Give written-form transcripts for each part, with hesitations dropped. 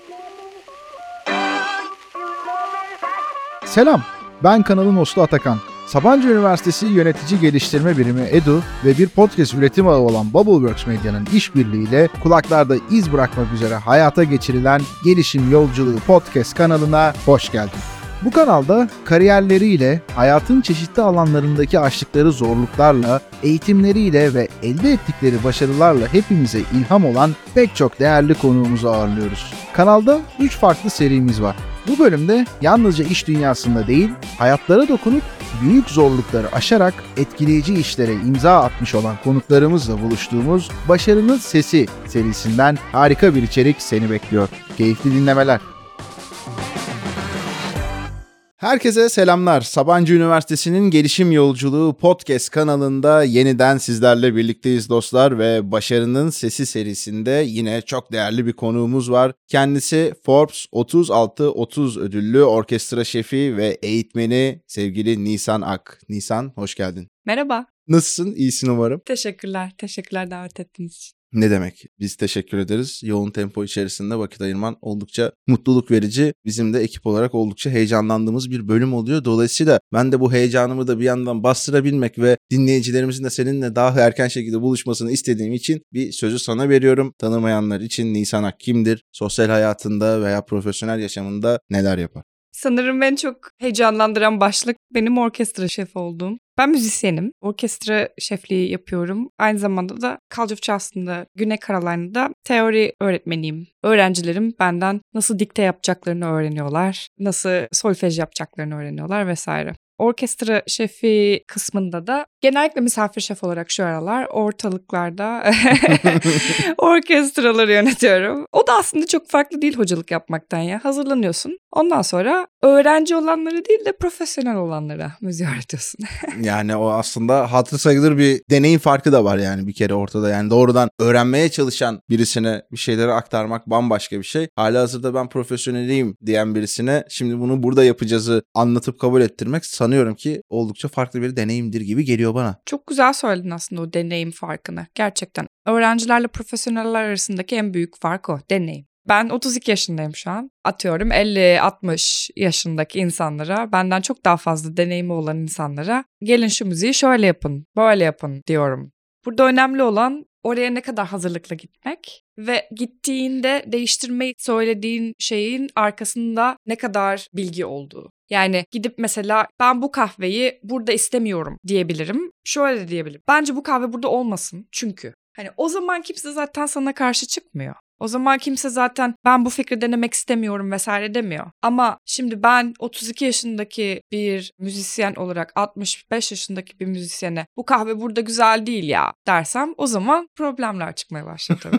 Selam, ben kanalın hostu Atakan. Sabancı Üniversitesi Yönetici Geliştirme Birimi EDU ve bir podcast üretim ağı olan Bubbleworks Medya'nın işbirliğiyle kulaklarda iz bırakmak üzere hayata geçirilen Gelişim Yolculuğu podcast kanalına hoş geldin. Bu kanalda kariyerleriyle, hayatın çeşitli alanlarındaki aştıkları zorluklarla, eğitimleriyle ve elde ettikleri başarılarla hepimize ilham olan pek çok değerli konuğumuzu ağırlıyoruz. Kanalda 3 farklı serimiz var. Bu bölümde yalnızca iş dünyasında değil, hayatlara dokunup büyük zorlukları aşarak etkileyici işlere imza atmış olan konuklarımızla buluştuğumuz Başarının Sesi serisinden harika bir içerik seni bekliyor. Keyifli dinlemeler. Herkese selamlar. Sabancı Üniversitesi'nin Gelişim Yolculuğu podcast kanalında yeniden sizlerle birlikteyiz dostlar ve Başarının Sesi serisinde yine çok değerli bir konuğumuz var. Kendisi Forbes 36-30 ödüllü orkestra şefi ve eğitmeni sevgili Nisan Ak. Nisan, hoş geldin. Merhaba. Nasılsın? İyisin umarım. Teşekkürler. Teşekkürler davet ettiğiniz için. Ne demek? Biz teşekkür ederiz. Yoğun tempo içerisinde vakit ayırman oldukça mutluluk verici. Bizim de ekip olarak oldukça heyecanlandığımız bir bölüm oluyor. Dolayısıyla ben de bu heyecanımı da bir yandan bastırabilmek ve dinleyicilerimizin de seninle daha erken şekilde buluşmasını istediğim için bir sözü sana veriyorum. Tanımayanlar için Nisan Ak kimdir? Sosyal hayatında veya profesyonel yaşamında neler yapar? Sanırım en çok heyecanlandıran başlık benim orkestra şefi olduğum. Ben müzisyenim. Orkestra şefliği yapıyorum. Aynı zamanda da College of Charleston'da, Güney Carolina'da teori öğretmeniyim. Öğrencilerim benden nasıl dikte yapacaklarını öğreniyorlar, nasıl solfej yapacaklarını öğreniyorlar vesaire. Orkestra şefi kısmında da genellikle misafir şef olarak şu aralar ortalıklarda orkestraları yönetiyorum. O da aslında çok farklı değil hocalık yapmaktan ya. Hazırlanıyorsun. Ondan sonra öğrenci olanları değil de profesyonel olanlara müziği öğretiyorsun. Yani o aslında hatırı sayılır bir deneyim farkı da var yani bir kere ortada. Yani doğrudan öğrenmeye çalışan birisine bir şeyleri aktarmak bambaşka bir şey. Halihazırda ben profesyoneliyim diyen birisine şimdi bunu burada yapacağızı anlatıp kabul ettirmek sanıyorum ki oldukça farklı bir deneyimdir gibi geliyor bana. Çok güzel söyledin aslında o deneyim farkını. Gerçekten öğrencilerle profesyoneller arasındaki en büyük fark o, deneyim. Ben 32 yaşındayım şu an. Atıyorum 50-60 yaşındaki insanlara, benden çok daha fazla deneyimi olan insanlara gelin şu müziği şöyle yapın, böyle yapın diyorum. Burada önemli olan oraya ne kadar hazırlıkla gitmek ve gittiğinde değiştirmeyi söylediğin şeyin arkasında ne kadar bilgi olduğu. Yani gidip mesela ben bu kahveyi burada istemiyorum diyebilirim. Şöyle de diyebilirim. Bence bu kahve burada olmasın çünkü. Hani o zaman kimse zaten sana karşı çıkmıyor. O zaman kimse zaten ben bu fikri denemek istemiyorum vesaire demiyor. Ama şimdi ben 32 yaşındaki bir müzisyen olarak 65 yaşındaki bir müzisyene bu kahve burada güzel değil ya dersem o zaman problemler çıkmaya başlıyor tabii.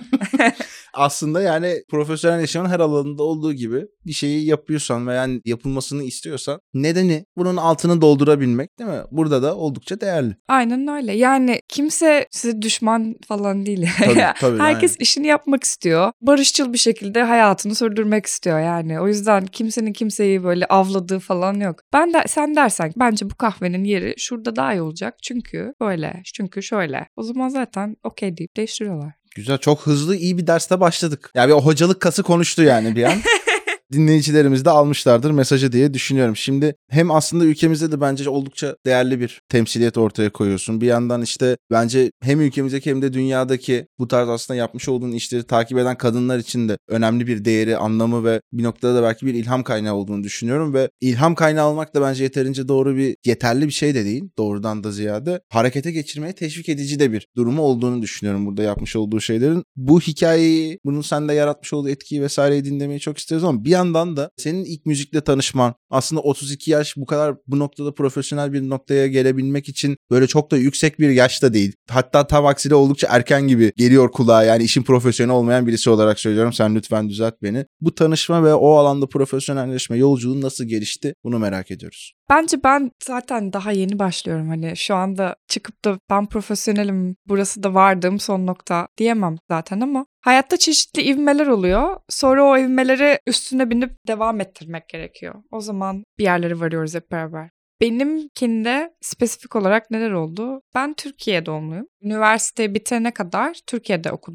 Aslında yani profesyonel yaşamın her alanında olduğu gibi bir şeyi yapıyorsan veya yapılmasını istiyorsan nedeni bunun altını doldurabilmek değil mi? Burada da oldukça değerli. Aynen öyle. Yani kimse size düşman falan değil. Tabii, herkes aynen. işini yapmak istiyor. Barışçıl bir şekilde hayatını sürdürmek istiyor yani. O yüzden kimsenin kimseyi böyle avladığı falan yok. Sen dersen bence bu kahvenin yeri şurada daha iyi olacak. Çünkü böyle, çünkü şöyle. O zaman zaten okey deyip değiştiriyorlar. Güzel, çok hızlı iyi bir derste başladık. Yani o hocalık kası konuştu yani bir an. Dinleyicilerimiz de almışlardır mesajı diye düşünüyorum. Şimdi hem aslında ülkemizde de bence oldukça değerli bir temsiliyet ortaya koyuyorsun. Bir yandan işte bence hem ülkemizdeki hem de dünyadaki bu tarz aslında yapmış olduğun işleri takip eden kadınlar için de önemli bir değeri, anlamı ve bir noktada da belki bir ilham kaynağı olduğunu düşünüyorum. Ve ilham kaynağı olmak da bence yeterince yeterli bir şey de değil. Doğrudan da ziyade harekete geçirmeye teşvik edici de bir durumu olduğunu düşünüyorum burada yapmış olduğu şeylerin. Bu hikayeyi, bunun sende yaratmış olduğu etkiyi vesaireyi dinlemeyi çok isteriz ama bir yandan da senin ilk müzikle tanışman, aslında 32 yaş bu noktada profesyonel bir noktaya gelebilmek için böyle çok da yüksek bir yaşta değil. Hatta tam aksine oldukça erken gibi geliyor kulağa, yani işin profesyonel olmayan birisi olarak söylüyorum. Sen lütfen düzelt beni. Bu tanışma ve o alanda profesyonelleşme yolculuğu nasıl gelişti? Bunu merak ediyoruz. Bence ben zaten daha yeni başlıyorum. Hani şu anda çıkıp da ben profesyonelim, burası da vardığım son nokta diyemem zaten ama hayatta çeşitli ivmeler oluyor. Sonra o ivmeleri üstüne binip devam ettirmek gerekiyor. O zaman bir yerlere varıyoruz hep beraber. Benimkinde spesifik olarak neler oldu? Ben Türkiye doğumluyum. Üniversite bitene kadar Türkiye'de okudum.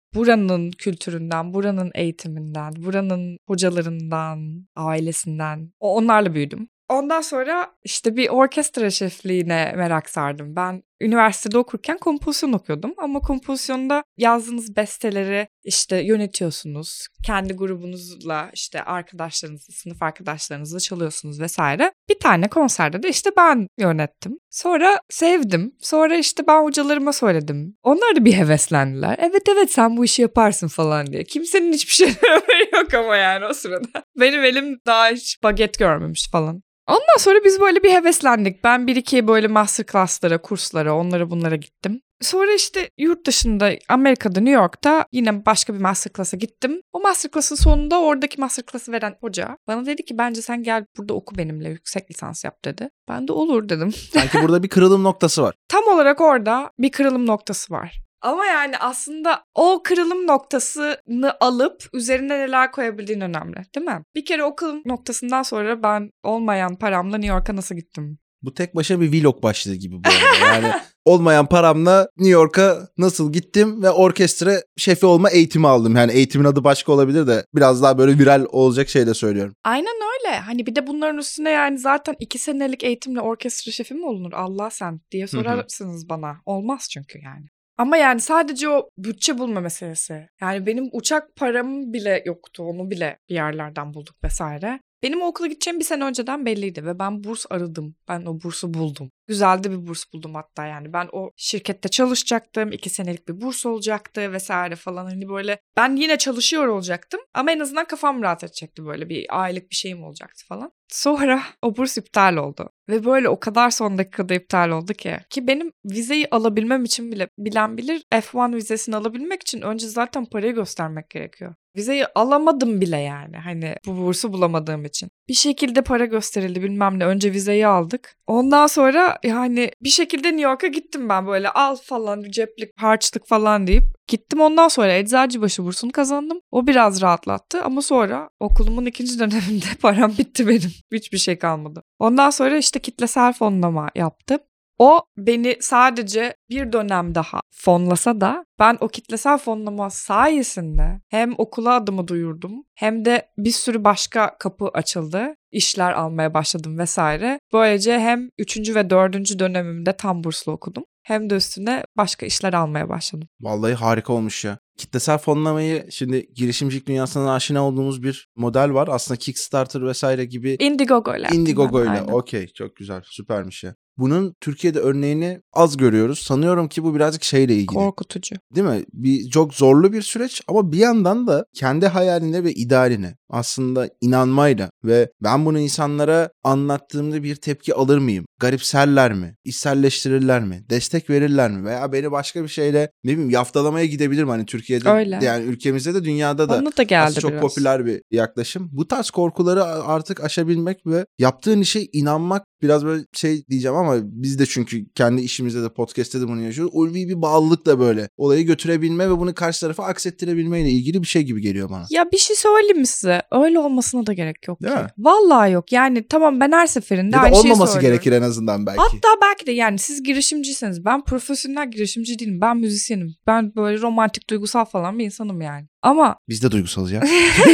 buranın kültüründen, buranın eğitiminden, buranın hocalarından, ailesinden onlarla büyüdüm. Ondan sonra işte bir orkestra şefliğine merak sardım. Ben üniversitede okurken kompozisyon okuyordum ama kompozisyonda yazdığınız besteleri işte yönetiyorsunuz. Kendi grubunuzla işte arkadaşlarınızla, sınıf arkadaşlarınızla çalıyorsunuz vesaire. Bir tane konserde de işte ben yönettim. Sonra sevdim. Sonra işte ben hocalarıma söyledim. Onlar da bir heveslendiler. Evet sen bu işi yaparsın falan diye. Kimsenin hiçbir şeyden haberi yok ama yani o sırada. Benim elim daha hiç baget görmemiş falan. Ondan sonra biz böyle bir heveslendik. Ben bir iki böyle masterclass'lara, kurslara, onlara bunlara gittim. Sonra işte yurt dışında, Amerika'da, New York'ta yine başka bir masterclass'a gittim. O masterclass'ın sonunda oradaki masterclass'ı veren hoca bana dedi ki bence sen gel burada oku benimle, yüksek lisans yap dedi. Ben de olur dedim. Sanki burada bir kırılım noktası var. Tam olarak orada bir kırılım noktası var. Ama yani aslında o kırılım noktasını alıp üzerine neler koyabildiğin önemli, değil mi? Bir kere o kırılım noktasından sonra ben olmayan paramla New York'a nasıl gittim? Bu tek başına bir vlog başlığı gibi bu arada. Yani olmayan paramla New York'a nasıl gittim ve orkestra şefi olma eğitimi aldım. Yani eğitimin adı başka olabilir de biraz daha böyle viral olacak şey de söylüyorum. Aynen öyle. Hani bir de bunların üstüne yani zaten 2 senelik eğitimle orkestra şefi mi olunur Allah sen diye sorarsınız bana. Olmaz çünkü yani. Ama yani sadece o bütçe bulma meselesi. Yani benim uçak param bile yoktu. Onu bile bir yerlerden bulduk vesaire. Benim o okula gideceğim bir sene önceden belliydi ve ben burs aradım. Ben o bursu buldum. Güzel de bir burs buldum hatta yani. Ben o şirkette çalışacaktım. 2 senelik bir burs olacaktı vesaire falan. Hani böyle ben yine çalışıyor olacaktım. Ama en azından kafam rahat edecekti böyle. Bir aylık bir şeyim olacaktı falan. Sonra o burs iptal oldu. Ve böyle o kadar son dakikada iptal oldu ki. Ki benim vizeyi alabilmem için bile bilen bilir F1 vizesini alabilmek için önce zaten parayı göstermek gerekiyor. Vizeyi alamadım bile yani hani bu bursu bulamadığım için. Bir şekilde para gösterildi bilmem ne. Önce vizeyi aldık. Ondan sonra yani bir şekilde New York'a gittim ben böyle al falan ceplik harçlık falan deyip. Gittim ondan sonra Eczacıbaşı bursunu kazandım. O biraz rahatlattı ama sonra okulumun 2. döneminde param bitti benim. Hiçbir şey kalmadı. Ondan sonra işte kitlesel fonlama yaptım. O beni sadece bir dönem daha fonlasa da ben o kitlesel fonlama sayesinde hem okula adımı duyurdum hem de bir sürü başka kapı açıldı. İşler almaya başladım vesaire. Böylece hem 3. ve 4. dönemimde tam burslu okudum. Hem de üstüne başka işler almaya başladım. Vallahi harika olmuş ya. Kitlesel fonlamayı şimdi girişimcilik dünyasından aşina olduğumuz bir model var. Aslında Kickstarter vesaire gibi. Indiegogo'yla. Okey, çok güzel, süpermiş ya. Bunun Türkiye'de örneğini az görüyoruz. Sanıyorum ki bu birazcık şeyle ilgili. Korkutucu. Değil mi? Çok zorlu bir süreç ama bir yandan da kendi hayaline ve idealine aslında inanmayla ve ben bunu insanlara anlattığımda bir tepki alır mıyım? Garipserler mi? İçselleştirirler mi? Destek verirler mi? Veya beni başka bir şeyle ne bileyim yaftalamaya gidebilirim hani Türkiye'de. Öyle. Yani ülkemizde de dünyada da Onu da geldi aslında çok biraz. popüler bir yaklaşım. Bu tarz korkuları artık aşabilmek ve yaptığın işe inanmak biraz böyle şey diyeceğim ama biz de çünkü kendi işimizde de podcast'te de bunu yaşıyoruz. Ulvi bir bağlılık da böyle olayı götürebilme ve bunu karşı tarafa aksettirebilmeyle ilgili bir şey gibi geliyor bana. Ya bir şey söyleyeyim mi size? Öyle olmasına da gerek yok Değil ki. mi? Vallahi yok. Yani tamam ben her seferinde Ya da aynı şeyi olmaması söylüyorum. gerekir en azından belki. Hatta belki de yani siz girişimciyseniz ben profesyonel girişimci değilim. Ben müzisyenim. Ben böyle romantik duygusal falan bir insanım yani. Ama Biz de duygusalız ya.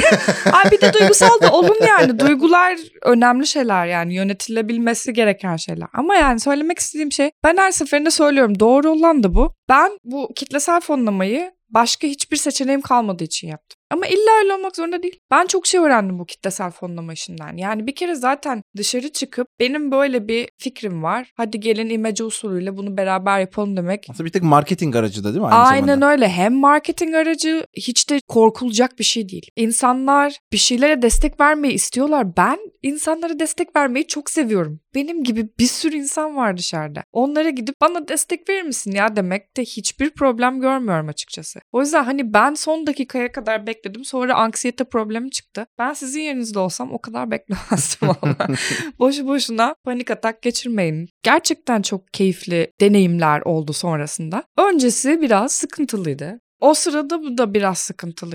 Ay bir de duygusal da olun yani. Duygular önemli şeyler yani yönetilebilmesi gereken şeyler. Ama yani söylemek istediğim şey ben her seferinde söylüyorum doğru olan da bu. Ben bu kitlesel fonlamayı başka hiçbir seçeneğim kalmadığı için yaptım. Ama illa öyle olmak zorunda değil. Ben çok şey öğrendim bu kitlesel fonlama işinden. Yani bir kere zaten dışarı çıkıp benim böyle bir fikrim var. Hadi gelin imece usulüyle bunu beraber yapalım demek. Aslında bir tek marketing aracı da değil mi aynı Aynen zamanda? öyle. Hem marketing aracı hiç de korkulacak bir şey değil. İnsanlar bir şeylere destek vermeyi istiyorlar. Ben insanlara destek vermeyi çok seviyorum. Benim gibi bir sürü insan var dışarıda. Onlara gidip bana destek verir misin ya demekte hiçbir problem görmüyorum açıkçası. O yüzden hani ben son dakikaya kadar bekledim. Sonra anksiyete problemi çıktı. Ben sizin yerinizde olsam o kadar beklemezdim ama. Boşu boşuna panik atak geçirmeyin. Gerçekten çok keyifli deneyimler oldu sonrasında. Öncesi biraz sıkıntılıydı. O sırada bu da biraz sıkıntılıydı.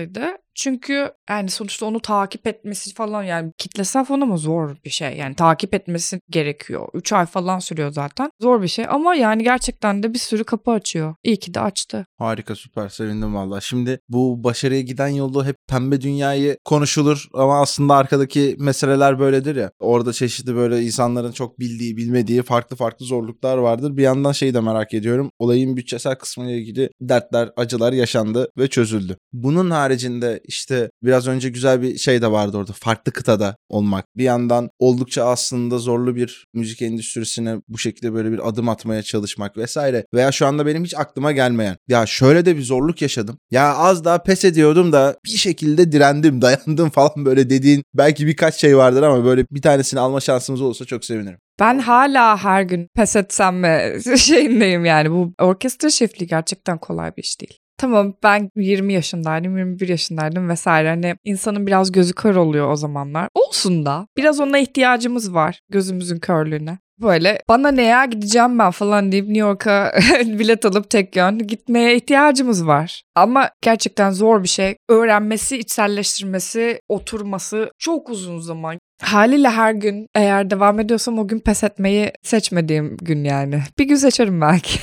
Çünkü yani sonuçta onu takip etmesi falan, yani kitlesel falan ama zor bir şey. Yani takip etmesi gerekiyor. 3 ay falan sürüyor zaten. Zor bir şey ama yani gerçekten de bir sürü kapı açıyor. İyi ki de açtı. Harika, süper, sevindim valla. Şimdi bu başarıya giden yolu hep pembe dünyayı konuşulur ama aslında arkadaki meseleler böyledir ya. Orada çeşitli böyle insanların çok bildiği bilmediği farklı farklı zorluklar vardır. Bir yandan şeyi de merak ediyorum. Olayın bütçesel kısmıyla ilgili dertler, acılar yaşandı ve çözüldü. Bunun haricinde işte biraz önce güzel bir şey de vardı orada. Farklı kıtada olmak. Bir yandan oldukça aslında zorlu bir müzik endüstrisine bu şekilde böyle bir adım atmaya çalışmak vesaire. Veya şu anda benim hiç aklıma gelmeyen. Ya şöyle de bir zorluk yaşadım. Ya az daha pes ediyordum da bir şekilde direndim, dayandım falan böyle dediğin belki birkaç şey vardır ama böyle bir tanesini alma şansımız olursa çok sevinirim. Ben hala her gün pes etsem mi şeyindeyim yani. Bu orkestra şefliği gerçekten kolay bir iş değil. Tamam, ben 20 yaşındaydım, 21 yaşındaydım vesaire. Hani insanın biraz gözü kör oluyor o zamanlar. Olsun da biraz ona ihtiyacımız var, gözümüzün körlüğüne. Böyle bana ne ya, gideceğim ben falan deyip New York'a bilet alıp tek yön gitmeye ihtiyacımız var. Ama gerçekten zor bir şey. Öğrenmesi, içselleştirmesi, oturması çok uzun zaman. Haliyle her gün eğer devam ediyorsam o gün pes etmeyi seçmediğim gün yani. Bir gün seçerim belki.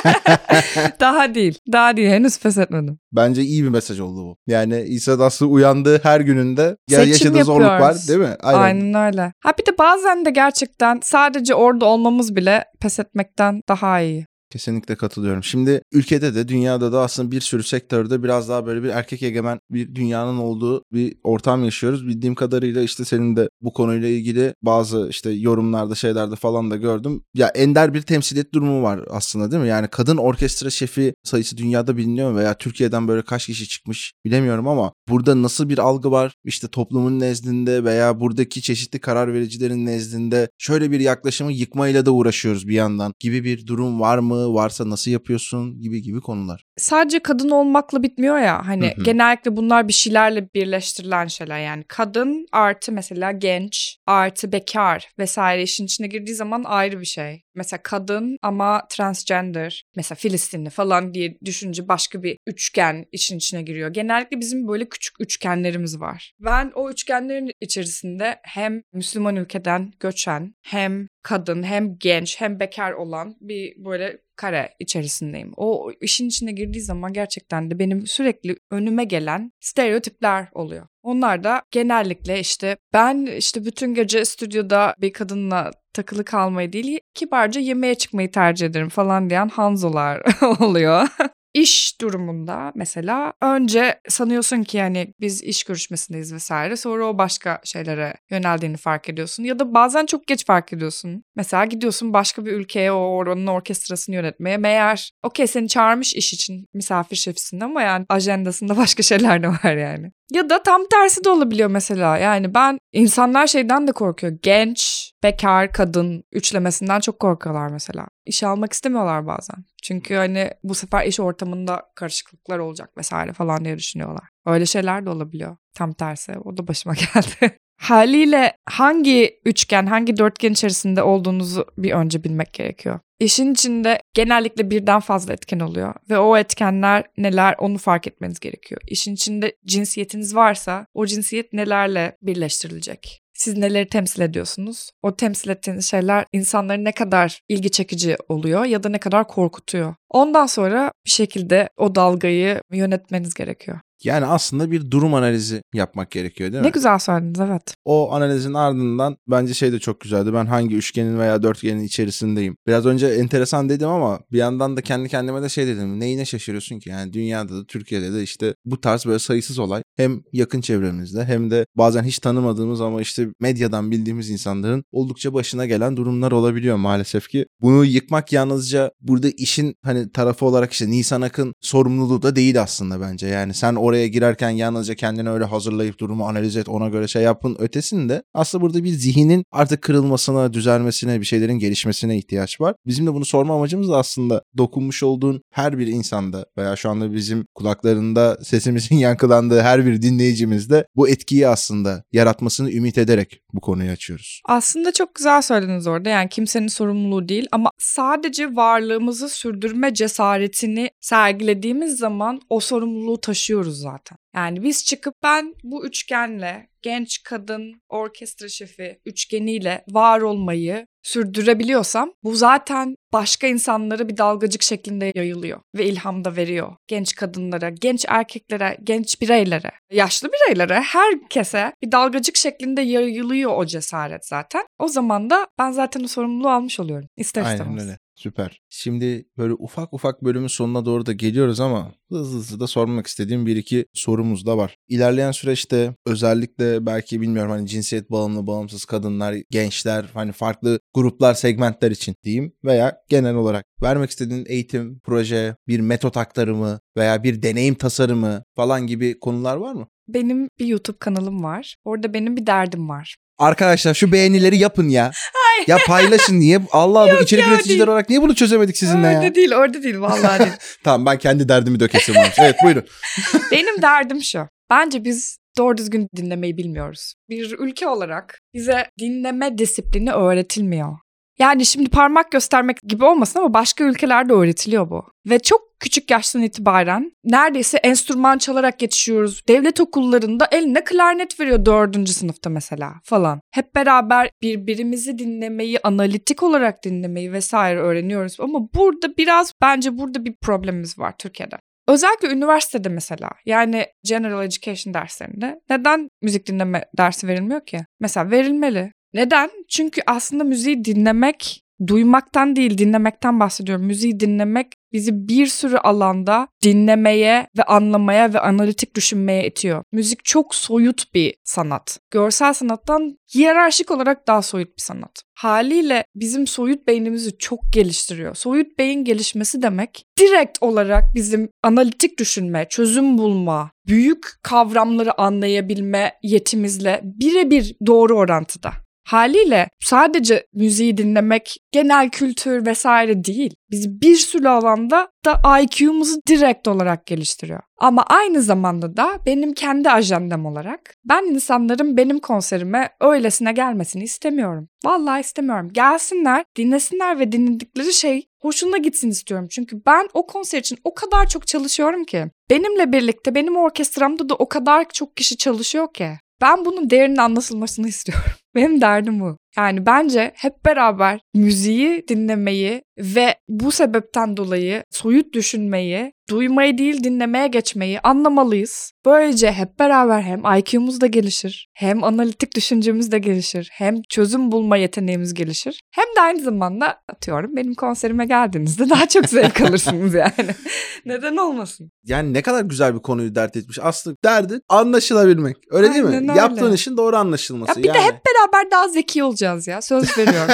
Daha değil. Henüz pes etmedim. Bence iyi bir mesaj oldu bu. Yani İsa Daslı uyandığı her gününde Seçim yaşadığı zorluk var değil mi? Aynen öyle. Ha bir de bazen de gerçekten sadece orada olmamız bile pes etmekten daha iyi. Kesinlikle katılıyorum. Şimdi ülkede de dünyada da aslında bir sürü sektörde biraz daha böyle bir erkek egemen bir dünyanın olduğu bir ortam yaşıyoruz. Bildiğim kadarıyla işte senin de bu konuyla ilgili bazı işte yorumlarda şeylerde falan da gördüm. Ya ender bir temsiliyet durumu var aslında değil mi? Yani kadın orkestra şefi sayısı dünyada biliniyor veya Türkiye'den böyle kaç kişi çıkmış bilemiyorum ama burada nasıl bir algı var? İşte toplumun nezdinde veya buradaki çeşitli karar vericilerin nezdinde şöyle bir yaklaşımı yıkmayla da uğraşıyoruz bir yandan gibi bir durum var mı? Varsa nasıl yapıyorsun gibi konular. Sadece kadın olmakla bitmiyor ya hani genellikle bunlar bir şeylerle birleştirilen şeyler, yani kadın artı mesela genç artı bekar vesaire işin içine girdiği zaman ayrı bir şey. Mesela kadın ama transgender, mesela Filistinli falan diye düşünce başka bir üçgen işin içine giriyor. Genellikle bizim böyle küçük üçgenlerimiz var. Ben o üçgenlerin içerisinde hem Müslüman ülkeden göçen, hem kadın, hem genç, hem bekar olan bir böyle kare içerisindeyim. O işin içine girdiği zaman gerçekten de benim sürekli önüme gelen stereotipler oluyor. Onlar da genellikle işte ben işte bütün gece stüdyoda bir kadınla takılı kalmayı değil, kibarca yemeğe çıkmayı tercih ederim falan diyen Hanzolar oluyor. İş durumunda mesela önce sanıyorsun ki yani biz iş görüşmesindeyiz vesaire, sonra o başka şeylere yöneldiğini fark ediyorsun ya da bazen çok geç fark ediyorsun. Mesela gidiyorsun başka bir ülkeye o oranın orkestrasını yönetmeye, meğer okey seni çağırmış iş için misafir şefisin ama yani ajandasında başka şeyler de var yani. Ya da tam tersi de olabiliyor mesela. Yani insanlar şeyden de korkuyor. Genç, bekar, kadın üçlemesinden çok korkuyorlar mesela. İşe almak istemiyorlar bazen. Çünkü hani bu sefer iş ortamında karışıklıklar olacak vesaire falan diye düşünüyorlar. Öyle şeyler de olabiliyor. Tam tersi. O da başıma geldi. Haliyle hangi üçgen, hangi dörtgen içerisinde olduğunuzu bir önce bilmek gerekiyor. İşin içinde genellikle birden fazla etken oluyor ve o etkenler neler onu fark etmeniz gerekiyor. İşin içinde cinsiyetiniz varsa o cinsiyet nelerle birleştirilecek? Siz neleri temsil ediyorsunuz? O temsil ettiğiniz şeyler insanların ne kadar ilgi çekici oluyor ya da ne kadar korkutuyor. Ondan sonra bir şekilde o dalgayı yönetmeniz gerekiyor. Yani aslında bir durum analizi yapmak gerekiyor değil mi? Ne güzel söylediniz, evet. O analizin ardından bence şey de çok güzeldi. Ben hangi üçgenin veya dörtgenin içerisindeyim? Biraz önce enteresan dedim ama bir yandan da kendi kendime de şey dedim. Neyine şaşırıyorsun ki? Yani dünyada da Türkiye'de de işte bu tarz böyle sayısız olay hem yakın çevremizde hem de bazen hiç tanımadığımız ama işte medyadan bildiğimiz insanların oldukça başına gelen durumlar olabiliyor maalesef ki. Bunu yıkmak yalnızca burada işin hani tarafı olarak işte Nisan Akın sorumluluğu da değil aslında bence. Yani sen oraya girerken yalnızca kendini öyle hazırlayıp durumu analiz et, ona göre şey yapın ötesinde aslında burada bir zihnin artık kırılmasına, düzelmesine, bir şeylerin gelişmesine ihtiyaç var. Bizim de bunu sorma amacımız da aslında dokunmuş olduğun her bir insanda veya şu anda bizim kulaklarında sesimizin yankılandığı her bir dinleyicimizde bu etkiyi aslında yaratmasını ümit ederek bu konuyu açıyoruz. Aslında çok güzel söylediniz orada. Yani kimsenin sorumluluğu değil ama sadece varlığımızı sürdürme cesaretini sergilediğimiz zaman o sorumluluğu taşıyoruz zaten. Yani biz çıkıp ben bu üçgenle, genç kadın orkestra şefi üçgeniyle var olmayı sürdürebiliyorsam bu zaten başka insanlara bir dalgacık şeklinde yayılıyor ve ilham da veriyor. Genç kadınlara, genç erkeklere, genç bireylere, yaşlı bireylere, herkese bir dalgacık şeklinde yayılıyor o cesaret zaten. O zaman da ben zaten o sorumluluğu almış oluyorum. İster istemez. Aynen öyle. Süper. Şimdi böyle ufak ufak bölümün sonuna doğru da geliyoruz ama hızlı hızlı da sormak istediğim bir iki sorumuz da var. İlerleyen süreçte özellikle belki bilmiyorum hani cinsiyet bağımlı, bağımsız kadınlar, gençler, hani farklı gruplar, segmentler için diyeyim veya genel olarak vermek istediğin eğitim, proje, bir metot aktarımı veya bir deneyim tasarımı falan gibi konular var mı? Benim bir YouTube kanalım var. Orada benim bir derdim var. Arkadaşlar şu beğenileri yapın ya. Ya paylaşın niye? Allah bu içerik üreticiler olarak niye bunu çözemedik sizinle ya? Orada değil vallahi değil. Tamam ben kendi derdimi dökesim varmış. Evet buyurun. Benim derdim şu. Bence biz doğru düzgün dinlemeyi bilmiyoruz. Bir ülke olarak bize dinleme disiplini öğretilmiyor. Yani şimdi parmak göstermek gibi olmasın ama başka ülkelerde öğretiliyor bu. Ve çok küçük yaştan itibaren neredeyse enstrüman çalarak yetişiyoruz. Devlet okullarında eline klarnet veriyor 4. sınıfta mesela falan. Hep beraber birbirimizi dinlemeyi, analitik olarak dinlemeyi vesaire öğreniyoruz. Ama bence burada bir problemimiz var Türkiye'de. Özellikle üniversitede mesela yani General Education derslerinde neden müzik dinleme dersi verilmiyor ki? Mesela verilmeli. Neden? Çünkü aslında müziği dinlemek, duymaktan değil dinlemekten bahsediyorum. Müziği dinlemek bizi bir sürü alanda dinlemeye ve anlamaya ve analitik düşünmeye itiyor. Müzik çok soyut bir sanat. Görsel sanattan hiyerarşik olarak daha soyut bir sanat. Haliyle bizim soyut beynimizi çok geliştiriyor. Soyut beyin gelişmesi demek direkt olarak bizim analitik düşünme, çözüm bulma, büyük kavramları anlayabilme yetimizle birebir doğru orantıda. Haliyle sadece müziği dinlemek, genel kültür vesaire değil. Biz bir sürü alanda da IQ'muzu direkt olarak geliştiriyor. Ama aynı zamanda da benim kendi ajandam olarak ben insanların benim konserime öylesine gelmesini istemiyorum. Vallahi istemiyorum. Gelsinler, dinlesinler ve dinledikleri şey hoşuna gitsin istiyorum. Çünkü ben o konser için o kadar çok çalışıyorum ki. Benimle birlikte benim orkestramda da o kadar çok kişi çalışıyor ki. Ben bunun değerinin anlaşılmasını istiyorum. Benim derdim bu. Yani bence hep beraber müziği dinlemeyi ve bu sebepten dolayı soyut düşünmeyi, duymayı değil dinlemeye geçmeyi anlamalıyız. Böylece hep beraber hem IQ'muz da gelişir, hem analitik düşüncemiz de gelişir, hem çözüm bulma yeteneğimiz gelişir. Hem de aynı zamanda atıyorum benim konserime geldiğinizde daha çok zevk alırsınız yani. Neden olmasın? Yani ne kadar güzel bir konuyu dert etmiş. Aslında derdi anlaşılabilmek. Öyle değil mi? Aynen öyle. Yaptığın işin doğru anlaşılması. Ya bir de hep beraber daha zeki olacağız ya. Söz veriyorum.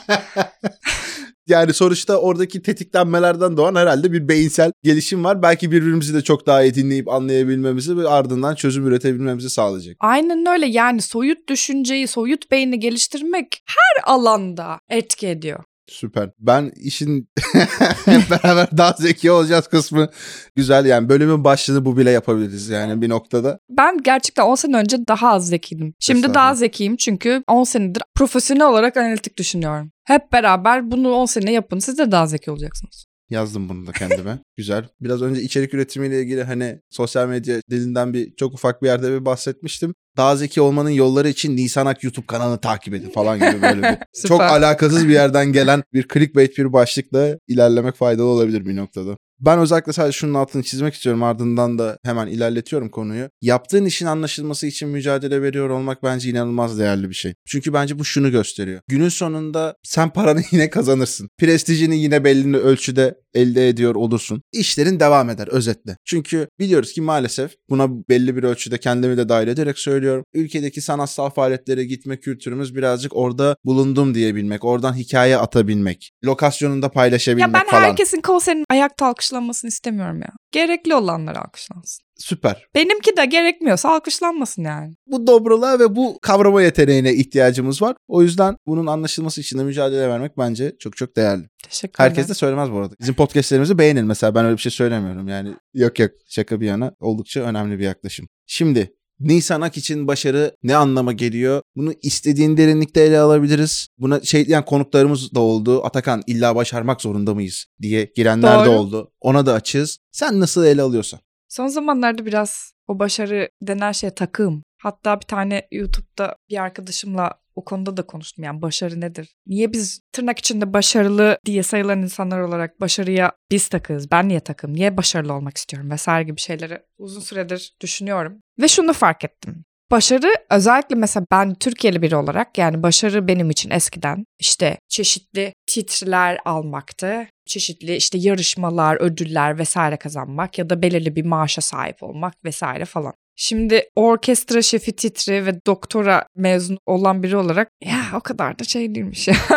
Yani sonuçta oradaki tetiklenmelerden doğan herhalde bir beyinsel gelişim var. Belki birbirimizi de çok daha iyi dinleyip anlayabilmemizi ve ardından çözüm üretebilmemizi sağlayacak. Aynen öyle yani soyut düşünceyi, soyut beyni geliştirmek her alanda etki ediyor. Süper. Ben işin hep beraber daha zeki olacağız kısmı güzel. Yani bölümün başlığını bu bile yapabiliriz yani bir noktada. Ben gerçekten 10 sene önce daha az zekiydim. Şimdi daha zekiyim çünkü 10 senedir profesyonel olarak analitik düşünüyorum. Hep beraber bunu 10 sene yapın. Siz de daha zeki olacaksınız. Yazdım bunu da kendime. Güzel. Biraz önce içerik üretimiyle ilgili hani sosyal medya dilinden çok ufak bir yerde bir bahsetmiştim. Daha zeki olmanın yolları için Nisan Ak YouTube kanalını takip edin falan gibi böyle bir çok alakasız bir yerden gelen bir clickbait bir başlıkla ilerlemek faydalı olabilir bir noktada. Ben özellikle sadece şunun altını çizmek istiyorum, ardından da hemen ilerletiyorum konuyu. Yaptığın işin anlaşılması için mücadele veriyor olmak bence inanılmaz değerli bir şey. Çünkü bence bu şunu gösteriyor. Günün sonunda sen paranı yine kazanırsın. Prestijini yine belli ölçüde elde ediyor olursun. İşlerin devam eder özetle. Çünkü biliyoruz ki maalesef buna belli bir ölçüde kendimi de dahil ederek söylüyorum. Ülkedeki sanatsal faaliyetlere gitme kültürümüz birazcık orada bulundum diyebilmek, oradan hikaye atabilmek, lokasyonunda paylaşabilmek falan. Ya ben herkesin konserinin ayakta alkışlanmasını istemiyorum ya. Gerekli olanlar alkışlansın. Süper. Benimki de gerekmiyorsa alkışlanmasın yani. Bu dobruluğa ve bu kavrama yeteneğine ihtiyacımız var. O yüzden bunun anlaşılması için de mücadele vermek bence çok çok değerli. Teşekkür ederim. Herkes de söylemez bu arada. Bizim podcastlerimizi beğenin mesela, ben öyle bir şey söylemiyorum. Yani yok şaka bir yana oldukça önemli bir yaklaşım. Şimdi Nisan Ak için başarı ne anlama geliyor? Bunu istediğin derinlikte ele alabiliriz. Buna diyen konuklarımız da oldu. Atakan illa başarmak zorunda mıyız diye girenler de oldu. Ona da açığız. Sen nasıl ele alıyorsan. Son zamanlarda biraz o başarı denen şeye takığım. Hatta bir tane YouTube'da bir arkadaşımla o konuda da konuştum. Yani başarı nedir? Niye biz tırnak içinde başarılı diye sayılan insanlar olarak başarıya biz takığız? Ben niye takığım? Niye başarılı olmak istiyorum? Vesaire gibi şeyleri uzun süredir düşünüyorum. Ve şunu fark ettim. Başarı özellikle mesela ben Türkiye'li biri olarak yani başarı benim için eskiden işte çeşitli titreler almaktı. Çeşitli işte yarışmalar, ödüller vesaire kazanmak ya da belirli bir maaşa sahip olmak vesaire falan. Şimdi orkestra şefi titri ve doktora mezun olan biri olarak ya o kadar da şey değilmiş ya.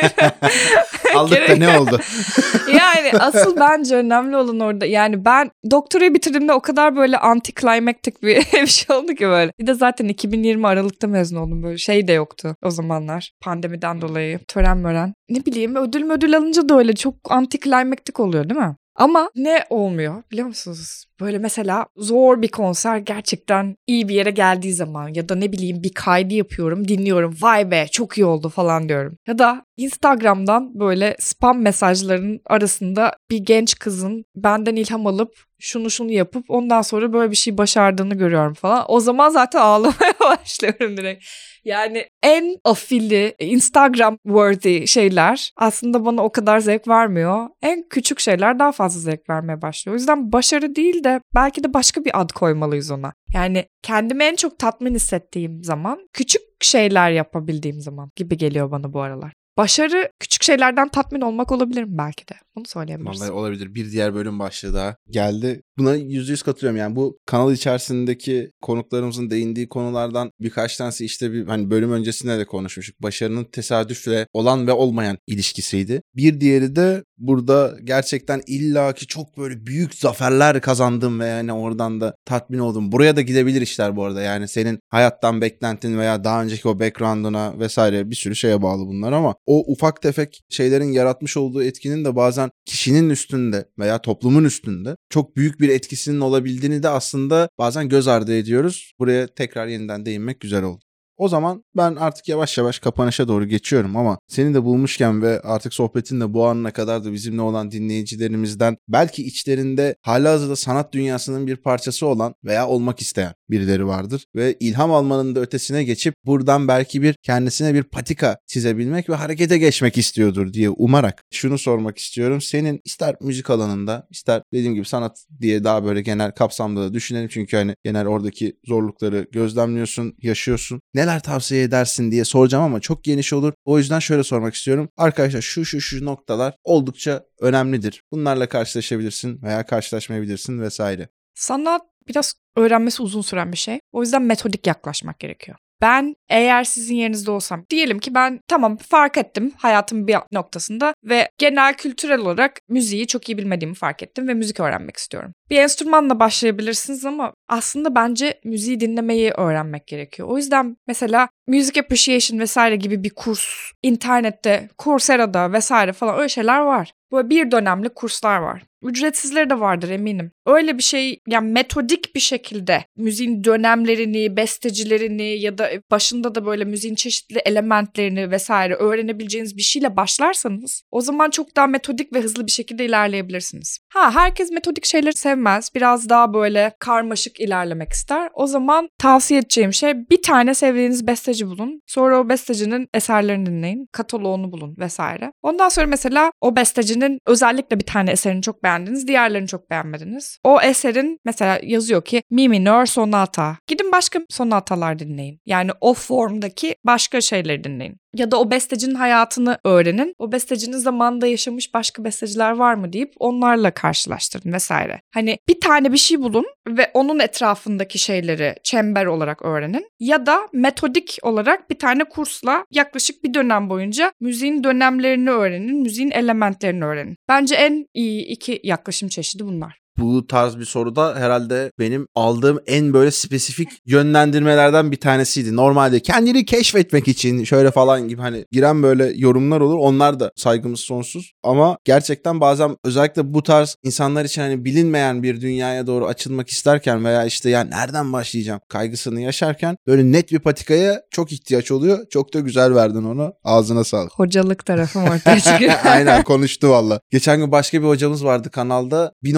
Aldık da ne oldu? Yani asıl bence önemli olan orada. Yani ben doktorayı bitirdiğimde o kadar böyle anti-climactic bir şey oldu ki böyle. Bir de zaten 2020 Aralık'ta mezun oldum, böyle şey de yoktu o zamanlar. Pandemiden dolayı tören. Ne bileyim ödül alınca da öyle çok anti-climactic oluyor değil mi? Ama ne olmuyor biliyor musunuz? Böyle mesela zor bir konser gerçekten iyi bir yere geldiği zaman ya da ne bileyim bir kaydı yapıyorum, dinliyorum. Vay be çok iyi oldu falan diyorum. Ya da Instagram'dan böyle spam mesajların arasında bir genç kızın benden ilham alıp şunu yapıp ondan sonra böyle bir şey başardığını görüyorum falan. O zaman zaten ağlamaya başlıyorum direkt. Yani en afilli, Instagram worthy şeyler aslında bana o kadar zevk vermiyor. En küçük şeyler daha fazla zevk vermeye başlıyor. O yüzden başarı değil de belki de başka bir ad koymalıyız ona. Yani kendimi en çok tatmin hissettiğim zaman, küçük şeyler yapabildiğim zaman gibi geliyor bana bu aralar. Başarı küçük şeylerden tatmin olmak olabilir mi belki de? Bunu söyleyebiliriz. Vallahi olabilir. Bir diğer bölüm başlığı daha geldi. Buna %100 katılıyorum. Yani bu kanal içerisindeki konuklarımızın değindiği konulardan birkaç tanesi işte bir hani bölüm öncesinde de konuşmuştuk. Başarının tesadüfle olan ve olmayan ilişkisiydi. Bir diğeri de burada gerçekten illaki çok böyle büyük zaferler kazandım ve yani oradan da tatmin oldum. Buraya da gidebilir işler bu arada. Yani senin hayattan beklentin veya daha önceki o background'una vesaire bir sürü şeye bağlı bunlar ama o ufak tefek şeylerin yaratmış olduğu etkinin de bazen kişinin üstünde veya toplumun üstünde çok büyük bir etkisinin olabildiğini de aslında bazen göz ardı ediyoruz. Buraya tekrar yeniden değinmek güzel oldu. O zaman ben artık yavaş yavaş kapanışa doğru geçiyorum ama seni de bulmuşken ve artık sohbetin de bu anına kadar da bizimle olan dinleyicilerimizden belki içlerinde halihazırda sanat dünyasının bir parçası olan veya olmak isteyen birileri vardır ve ilham almanın da ötesine geçip buradan belki bir kendisine bir patika çizebilmek ve harekete geçmek istiyordur diye umarak şunu sormak istiyorum. Senin ister müzik alanında ister dediğim gibi sanat diye daha böyle genel kapsamda da düşünelim çünkü hani genel oradaki zorlukları gözlemliyorsun, yaşıyorsun. Neler tavsiye edersin diye soracağım ama çok geniş olur. O yüzden şöyle sormak istiyorum. Arkadaşlar şu noktalar oldukça önemlidir. Bunlarla karşılaşabilirsin veya karşılaşmayabilirsin vesaire. Sanat biraz öğrenmesi uzun süren bir şey. O yüzden metodik yaklaşmak gerekiyor. Ben eğer sizin yerinizde olsam diyelim ki ben tamam fark ettim hayatımın bir noktasında ve genel kültürel olarak müziği çok iyi bilmediğimi fark ettim ve müzik öğrenmek istiyorum. Bir enstrümanla başlayabilirsiniz ama aslında bence müziği dinlemeyi öğrenmek gerekiyor. O yüzden mesela Music Appreciation vesaire gibi bir kurs, internette, Coursera'da vesaire falan öyle şeyler var. Böyle bir dönemlik kurslar var. Ücretsizleri de vardır eminim. Öyle bir şey yani metodik bir şekilde müziğin dönemlerini, bestecilerini ya da başında da böyle müziğin çeşitli elementlerini vesaire öğrenebileceğiniz bir şeyle başlarsanız o zaman çok daha metodik ve hızlı bir şekilde ilerleyebilirsiniz. Herkes metodik şeyleri sevmez. Biraz daha böyle karmaşık ilerlemek ister. O zaman tavsiye edeceğim şey bir tane sevdiğiniz besteci bulun. Sonra o bestecinin eserlerini dinleyin. Kataloğunu bulun vesaire. Ondan sonra mesela o bestecinin özellikle bir tane eserini çok beğendiniz, diğerlerini çok beğenmediniz. O eserin mesela yazıyor ki Mi minör sonata. Gidin başka sonatalar dinleyin. Yani o formdaki başka şeyleri dinleyin. Ya da o bestecinin hayatını öğrenin. O bestecinin zamanında yaşamış başka besteciler var mı deyip onlarla karşılaştırın vesaire. Hani bir tane bir şey bulun ve onun etrafındaki şeyleri çember olarak öğrenin. Ya da metodik olarak bir tane kursla yaklaşık bir dönem boyunca müziğin dönemlerini öğrenin, müziğin elementlerini öğrenin. Bence en iyi iki yaklaşım çeşidi bunlar. Bu tarz bir soruda herhalde benim aldığım en böyle spesifik yönlendirmelerden bir tanesiydi. Normalde kendini keşfetmek için şöyle falan gibi hani giren böyle yorumlar olur. Onlar da saygımız sonsuz. Ama gerçekten bazen özellikle bu tarz insanlar için hani bilinmeyen bir dünyaya doğru açılmak isterken veya işte ya nereden başlayacağım kaygısını yaşarken böyle net bir patikaya çok ihtiyaç oluyor. Çok da güzel verdin onu. Ağzına sağlık. Hocalık tarafım ortaya çıkıyor. Aynen konuştu valla. Geçen gün başka bir hocamız vardı kanalda. Bir noktada sorular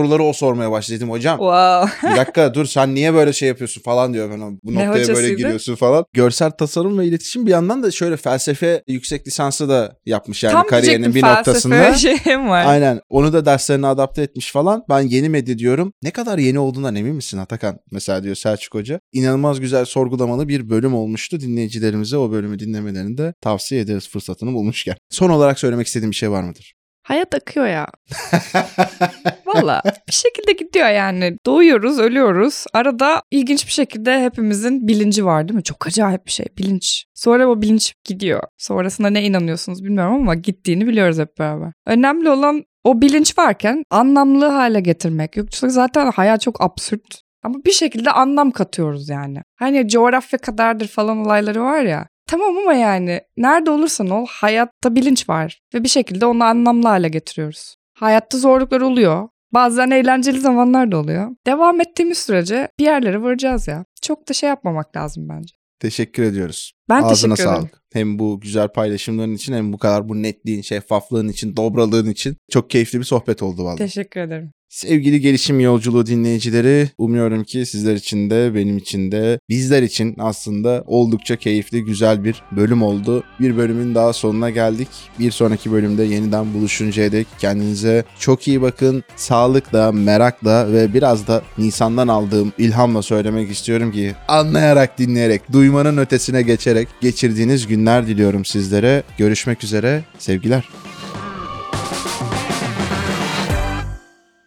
soruları o sormaya başladı. Dedim hocam Wow. bir dakika dur sen niye böyle şey yapıyorsun falan diyor. Ben, bu Ne noktaya böyle hocasıydı? giriyorsun falan. Görsel tasarım ve iletişim bir yandan da şöyle felsefe yüksek lisansı da yapmış yani Tam kariyerinin diyecektim, bir noktasında. felsefe şeyim var. Aynen. Onu da derslerine adapte etmiş falan. Ben yeni medya diyorum. Ne kadar yeni olduğundan emin misin Atakan? Mesela diyor Selçuk Hoca. İnanılmaz güzel sorgulamalı bir bölüm olmuştu. Dinleyicilerimize o bölümü dinlemelerini de tavsiye ederiz fırsatını bulmuşken. Son olarak söylemek istediğim bir şey var mıdır? Hayat akıyor ya. Valla bir şekilde gidiyor yani. Doğuyoruz, ölüyoruz. Arada ilginç bir şekilde hepimizin bilinci var değil mi? Çok acayip bir şey, bilinç. Sonra o bilinç gidiyor. Sonrasında ne inanıyorsunuz bilmiyorum ama gittiğini biliyoruz hep beraber. Önemli olan o bilinç varken anlamlı hale getirmek. Yoksa zaten hayat çok absürt. Ama bir şekilde anlam katıyoruz yani. Hani coğrafya kadardır falan olayları var ya. Tamam ama yani nerede olursan ol hayatta bilinç var. Ve bir şekilde onu anlamlı hale getiriyoruz. Hayatta zorluklar oluyor. Bazen eğlenceli zamanlar da oluyor. Devam ettiğimiz sürece bir yerlere varacağız ya. Çok da şey yapmamak lazım bence. Teşekkür ediyoruz. Ben Ağzına teşekkür ederim. sağlık. Hem bu güzel paylaşımların için hem bu kadar bu netliğin, şeffaflığın için, dobralığın için çok keyifli bir sohbet oldu vallahi. Teşekkür ederim. Sevgili Gelişim Yolculuğu dinleyicileri, umuyorum ki sizler için de benim için de bizler için aslında oldukça keyifli, güzel bir bölüm oldu. Bir bölümün daha sonuna geldik. Bir sonraki bölümde yeniden buluşuncaya dek kendinize çok iyi bakın. Sağlıkla, merakla ve biraz da Nisan'dan aldığım ilhamla söylemek istiyorum ki anlayarak, dinleyerek, duymanın ötesine geçerek geçirdiğiniz günler diliyorum sizlere. Görüşmek üzere, sevgiler.